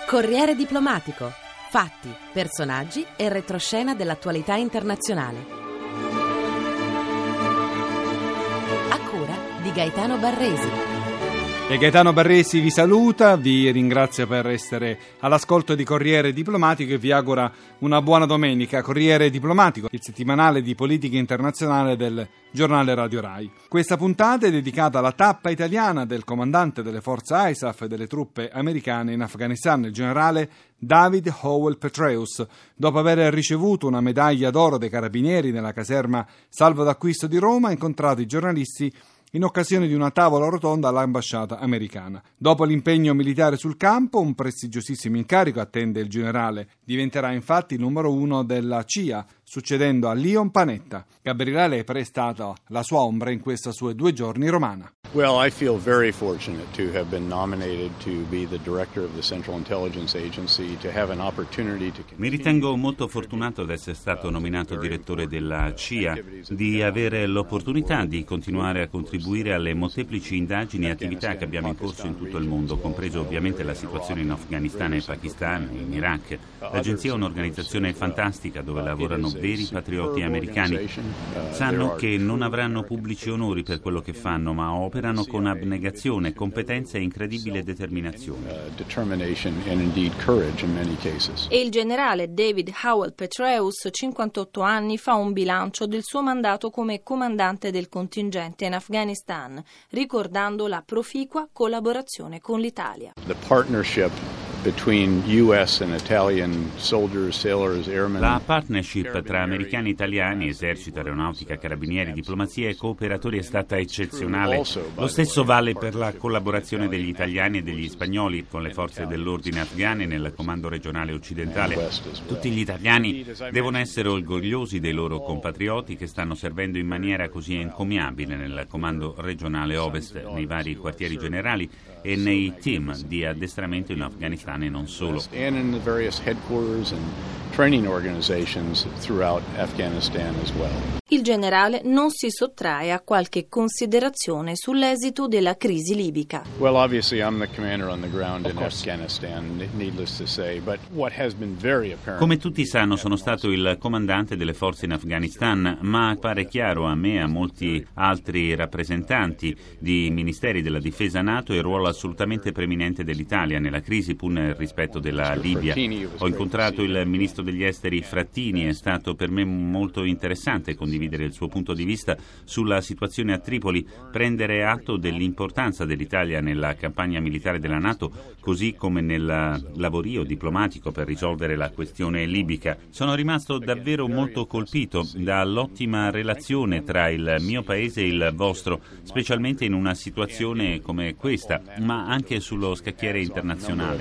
Corriere diplomatico. Fatti, personaggi e retroscena dell'attualità internazionale. A cura di Gaetano Barresi. E Gaetano Barresi vi saluta, vi ringrazio per essere all'ascolto di Corriere Diplomatico e vi augura una buona domenica. Corriere Diplomatico, il settimanale di politica internazionale del giornale Radio Rai. Questa puntata è dedicata alla tappa italiana del comandante delle forze ISAF e delle truppe americane in Afghanistan, il generale David Howell Petraeus. Dopo aver ricevuto una medaglia d'oro dei carabinieri nella caserma Salvo d'Acquisto di Roma, ha incontrato i giornalisti in occasione di una tavola rotonda all'ambasciata americana. Dopo l'impegno militare sul campo, un prestigiosissimo incarico attende il generale. Diventerà infatti il numero 1 della CIA, succedendo a Leon Panetta. Gabriela Lepre è stata la sua ombra in questi suoi 2 giorni romana. Well, I feel very fortunate to have been nominated to be the director of the Central Intelligence Agency, to have an opportunity to Mi ritengo molto fortunato ad essere stato nominato direttore della CIA, di avere l'opportunità di continuare a contribuire alle molteplici indagini e attività che abbiamo in corso in tutto il mondo, compreso ovviamente la situazione in Afghanistan e Pakistan, in Iraq. L'agenzia è un'organizzazione fantastica dove lavorano veri patrioti americani. Sanno che non avranno pubblici onori per quello che fanno, ma operano con abnegazione, competenza e incredibile determinazione. E il generale David Howell Petraeus, 58 anni, fa un bilancio del suo mandato come comandante del contingente in Afghanistan, ricordando la proficua collaborazione con l'Italia. La partnership tra americani e italiani, esercito, aeronautica, carabinieri, diplomazia e cooperatori è stata eccezionale. Lo stesso vale per la collaborazione degli italiani e degli spagnoli con le forze dell'ordine afghane nel comando regionale occidentale. Tutti gli italiani devono essere orgogliosi dei loro compatrioti che stanno servendo in maniera così encomiabile nel comando regionale ovest, nei vari quartieri generali e nei team di addestramento in Afghanistan e non solo. Il generale non si sottrae a qualche considerazione sull'esito della crisi libica. Well, obviously I'm the commander on the ground in Afghanistan, needless to say, but what has been very apparent. Come tutti sanno, sono stato il comandante delle forze in Afghanistan, ma pare chiaro a me e a molti altri rappresentanti di ministeri della difesa NATO il ruolo assolutamente preminente dell'Italia nella crisi, pur nel rispetto della Libia. Ho incontrato il ministro degli esteri Frattini, è stato per me molto interessante condividere il suo punto di vista sulla situazione a Tripoli, prendere atto dell'importanza dell'Italia nella campagna militare della NATO, così come nel lavorio diplomatico per risolvere la questione libica. Sono rimasto davvero molto colpito dall'ottima relazione tra il mio paese e il vostro, specialmente in una situazione come questa, ma anche sullo scacchiere internazionale.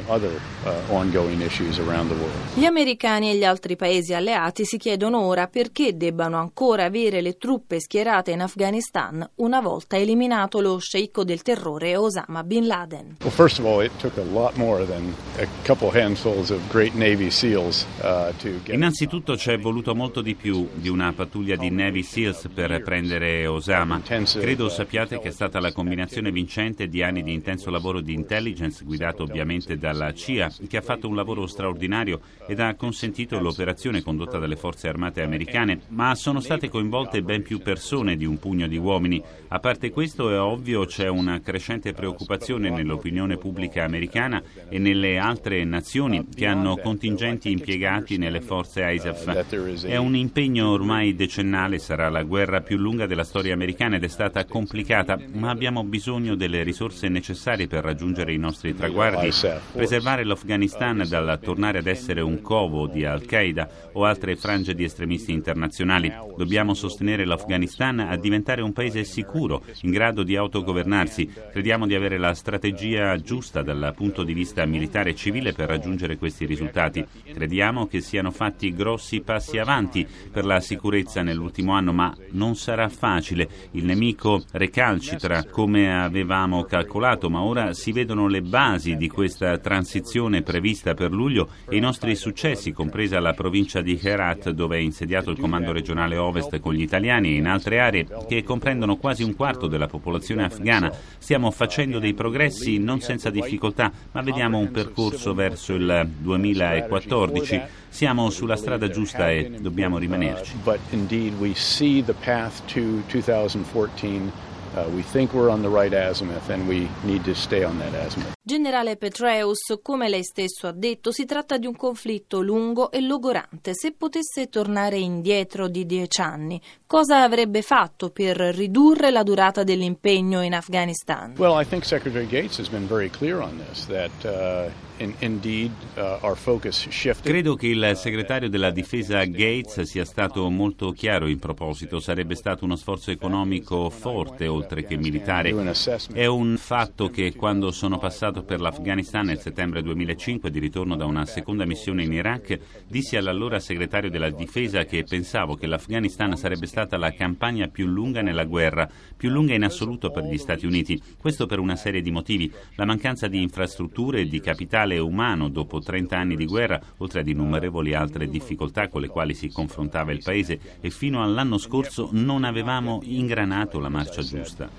Gli americani e gli altri paesi alleati si chiedono ora perché debbano ancora avere le truppe schierate in Afghanistan una volta eliminato lo sceicco del terrore Osama Bin Laden. Well, first of all, it took a lot more than a couple handfuls of great Navy SEALs to get. Innanzitutto c'è voluto molto di più di una pattuglia di Navy SEALs per prendere Osama. Credo sappiate che è stata la combinazione vincente di anni di intenso lavoro di intelligence, guidato ovviamente dalla CIA, che ha fatto un lavoro straordinario ed ha consentito l'operazione condotta dalle forze armate americane, ma sono state coinvolte ben più persone di un pugno di uomini. A parte questo, è ovvio, c'è una crescente preoccupazione nell'opinione pubblica americana e nelle altre nazioni che hanno contingenti impiegati nelle forze ISAF. È un impegno ormai decennale, sarà la guerra più lunga della storia americana ed è stata complicata, ma abbiamo bisogno delle risorse necessarie per raggiungere i nostri traguardi, preservare l'Afghanistan dal tornare ad essere un covo di Al-Qaeda o altre frange di estremisti internazionali. Dobbiamo sostenere l'Afghanistan a diventare un paese sicuro, in grado di autogovernarsi. Crediamo di avere la strategia giusta dal punto di vista militare e civile per raggiungere questi risultati. Crediamo che siano fatti grossi passi avanti per la sicurezza nell'ultimo anno, ma non sarà facile. Il nemico recalcitra come avevamo calcolato, ma ora si vedono le basi di questa transizione transizione prevista per luglio e i nostri successi, compresa la provincia di Herat, dove è insediato il comando regionale Ovest con gli italiani, e in altre aree che comprendono quasi un quarto della popolazione afghana. Stiamo facendo dei progressi non senza difficoltà, ma vediamo un percorso verso il 2014. Siamo sulla strada giusta e dobbiamo rimanerci. We think we're on the right azimuth and we need to stay on that azimuth. Generale Petraeus, come lei stesso ha detto, si tratta di un conflitto lungo e logorante. Se potesse tornare indietro di 10 anni, cosa avrebbe fatto per ridurre la durata dell'impegno in Afghanistan? Well, I think Secretary Gates has been very clear on this, that indeed our focus shifted. Credo che il segretario della difesa Gates sia stato molto chiaro in proposito. Sarebbe stato uno sforzo economico forte oltre che militare. È un fatto che quando sono passato per l'Afghanistan nel settembre 2005 di ritorno da una seconda missione in Iraq, dissi all'allora segretario della difesa che pensavo che l'Afghanistan sarebbe stata la campagna più lunga nella guerra, più lunga in assoluto per gli Stati Uniti. Questo per una serie di motivi: la mancanza di infrastrutture e di capitale umano dopo 30 anni di guerra, oltre ad innumerevoli altre difficoltà con le quali si confrontava il paese, e fino all'anno scorso non avevamo ingranato la marcia giusta.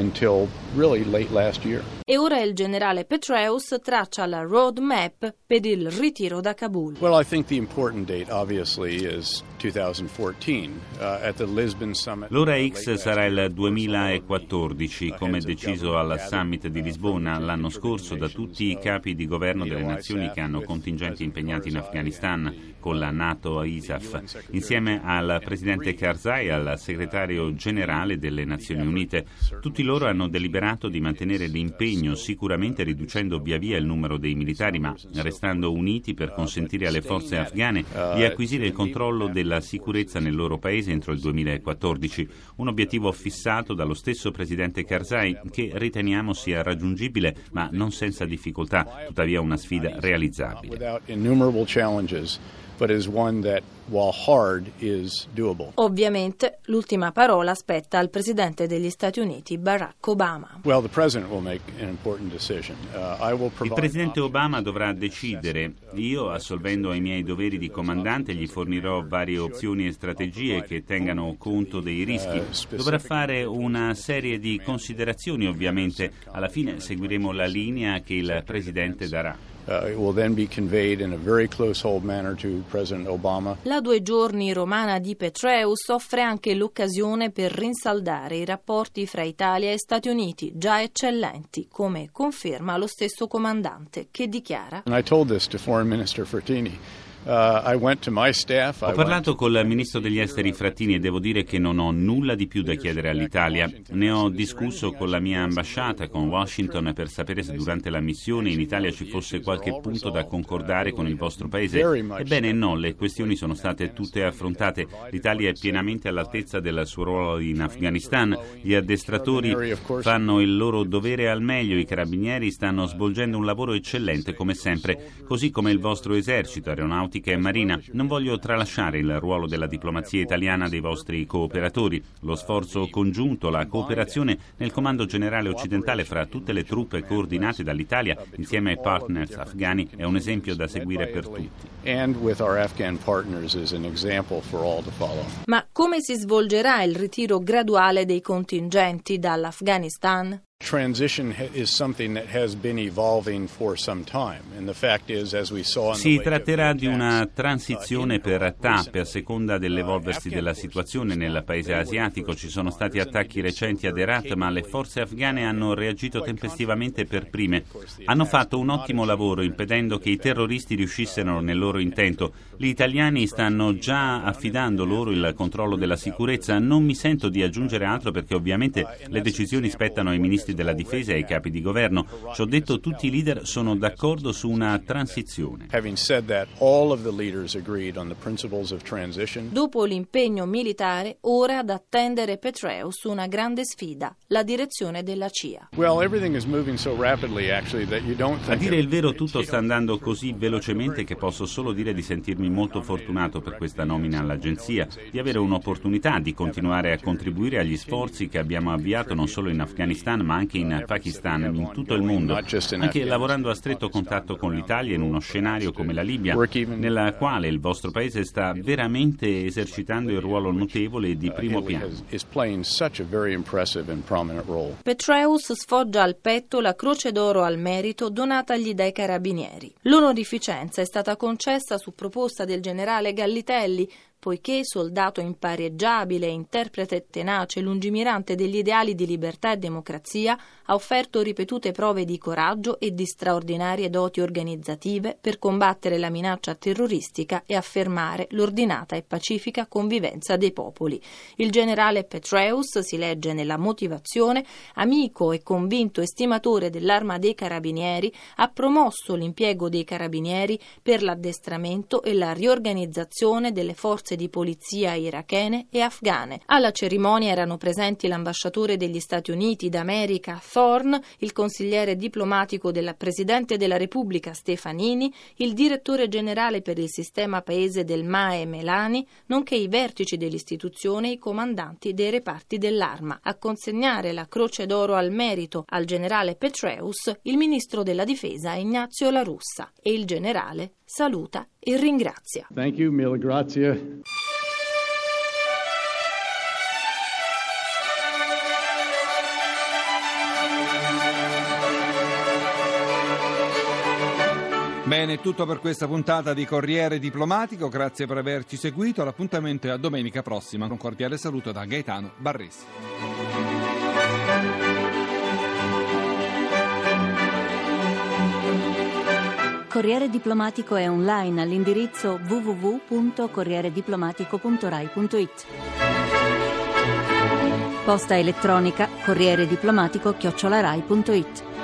E ora il generale Petraeus traccia la roadmap per il ritiro da Kabul. Well, I think the important date obviously is 2014 at the Lisbon Summit. L'ora X sarà il 2014, come deciso al summit di Lisbona l'anno scorso da tutti i capi di governo delle nazioni che hanno contingenti impegnati in Afghanistan con la NATO ISAF, insieme al presidente Karzai e al segretario generale delle Nazioni Unite. Tutti loro hanno deliberato di mantenere l'impegno, sicuramente riducendo via via il numero dei militari, ma restando uniti per consentire alle forze afghane di acquisire il controllo della sicurezza nel loro paese entro il 2014, un obiettivo fissato dallo stesso presidente Karzai che riteniamo sia raggiungibile ma non senza difficoltà, tuttavia una sfida realizzabile. But is one that, while hard, is doable. Ovviamente l'ultima parola spetta al presidente degli Stati Uniti, Barack Obama. Well, the president will make an important decision. Il presidente Obama dovrà decidere. Io, assolvendo ai miei doveri di comandante, gli fornirò varie opzioni e strategie che tengano conto dei rischi. Dovrà fare una serie di considerazioni, ovviamente. Alla fine seguiremo la linea che il presidente darà. It will then be conveyed in a very close hold manner to President Obama. La 2 giorni romana di Petraeus offre anche l'occasione per rinsaldare i rapporti fra Italia e Stati Uniti, già eccellenti, come conferma lo stesso comandante, che dichiara: And I told this to Foreign Minister Frattini. Ho parlato col ministro degli esteri Frattini e devo dire che non ho nulla di più da chiedere all'Italia. Ne ho discusso con la mia ambasciata, con Washington, per sapere se durante la missione in Italia ci fosse qualche punto da concordare con il vostro paese. Ebbene no, le questioni sono state tutte affrontate. L'Italia è pienamente all'altezza del suo ruolo in Afghanistan. Gli addestratori fanno il loro dovere al meglio, i carabinieri stanno svolgendo un lavoro eccellente come sempre, così come il vostro esercito, aeronautica e marina. Non voglio tralasciare il ruolo della diplomazia italiana dei vostri cooperatori. Lo sforzo congiunto, la cooperazione nel comando generale occidentale fra tutte le truppe coordinate dall'Italia insieme ai partners afghani è un esempio da seguire per tutti. Ma come si svolgerà il ritiro graduale dei contingenti dall'Afghanistan? Transition is something that has been evolving for some time, and the fact is, as we saw in the Si tratterà di una transizione per tappe a seconda dell'evolversi della situazione nel paese asiatico. Ci sono stati attacchi recenti ad Herat, ma le forze afghane hanno reagito tempestivamente per prime. Hanno fatto un ottimo lavoro impedendo che i terroristi riuscissero nel loro intento. Gli italiani stanno già affidando loro il controllo della sicurezza. Non mi sento di aggiungere altro perché ovviamente le decisioni spettano ai ministri della difesa e ai capi di governo. Ci ho detto, tutti i leader sono d'accordo su una transizione. Dopo l'impegno militare, ora ad attendere Petraeus una grande sfida, la direzione della CIA. A dire il vero, tutto sta andando così velocemente che posso solo dire di sentirmi molto fortunato per questa nomina all'agenzia, di avere un un'opportunità di continuare a contribuire agli sforzi che abbiamo avviato non solo in Afghanistan ma anche in Pakistan, in tutto il mondo, anche lavorando a stretto contatto con l'Italia in uno scenario come la Libia, nella quale il vostro paese sta veramente esercitando il ruolo notevole e di primo piano. Petraeus sfoggia al petto la Croce d'Oro al merito donatagli dai Carabinieri. L'onorificenza è stata concessa su proposta del generale Gallitelli, poiché soldato impareggiabile, interprete tenace, lungimirante degli ideali di libertà e democrazia, ha offerto ripetute prove di coraggio e di straordinarie doti organizzative per combattere la minaccia terroristica e affermare l'ordinata e pacifica convivenza dei popoli. Il generale Petraeus, si legge nella motivazione, amico e convinto estimatore dell'arma dei Carabinieri, ha promosso l'impiego dei Carabinieri per l'addestramento e la riorganizzazione delle forze di polizia irachene e afghane. Alla cerimonia erano presenti l'ambasciatore degli Stati Uniti d'America Thorne, il consigliere diplomatico della Presidente della Repubblica Stefanini, il direttore generale per il sistema paese del MAE Melani, nonché i vertici dell'istituzione e i comandanti dei reparti dell'arma. A consegnare la Croce d'Oro al merito al generale Petraeus, il ministro della Difesa Ignazio La Russa, e il generale saluta e ringrazia. Thank you, mille grazie. Bene, tutto per questa puntata di Corriere Diplomatico, grazie per averci seguito, l'appuntamento è a domenica prossima. Un cordiale saluto da Gaetano Barresi. Corriere Diplomatico è online all'indirizzo www.corrierediplomatico.rai.it. Posta elettronica corrierediplomatico@rai.it.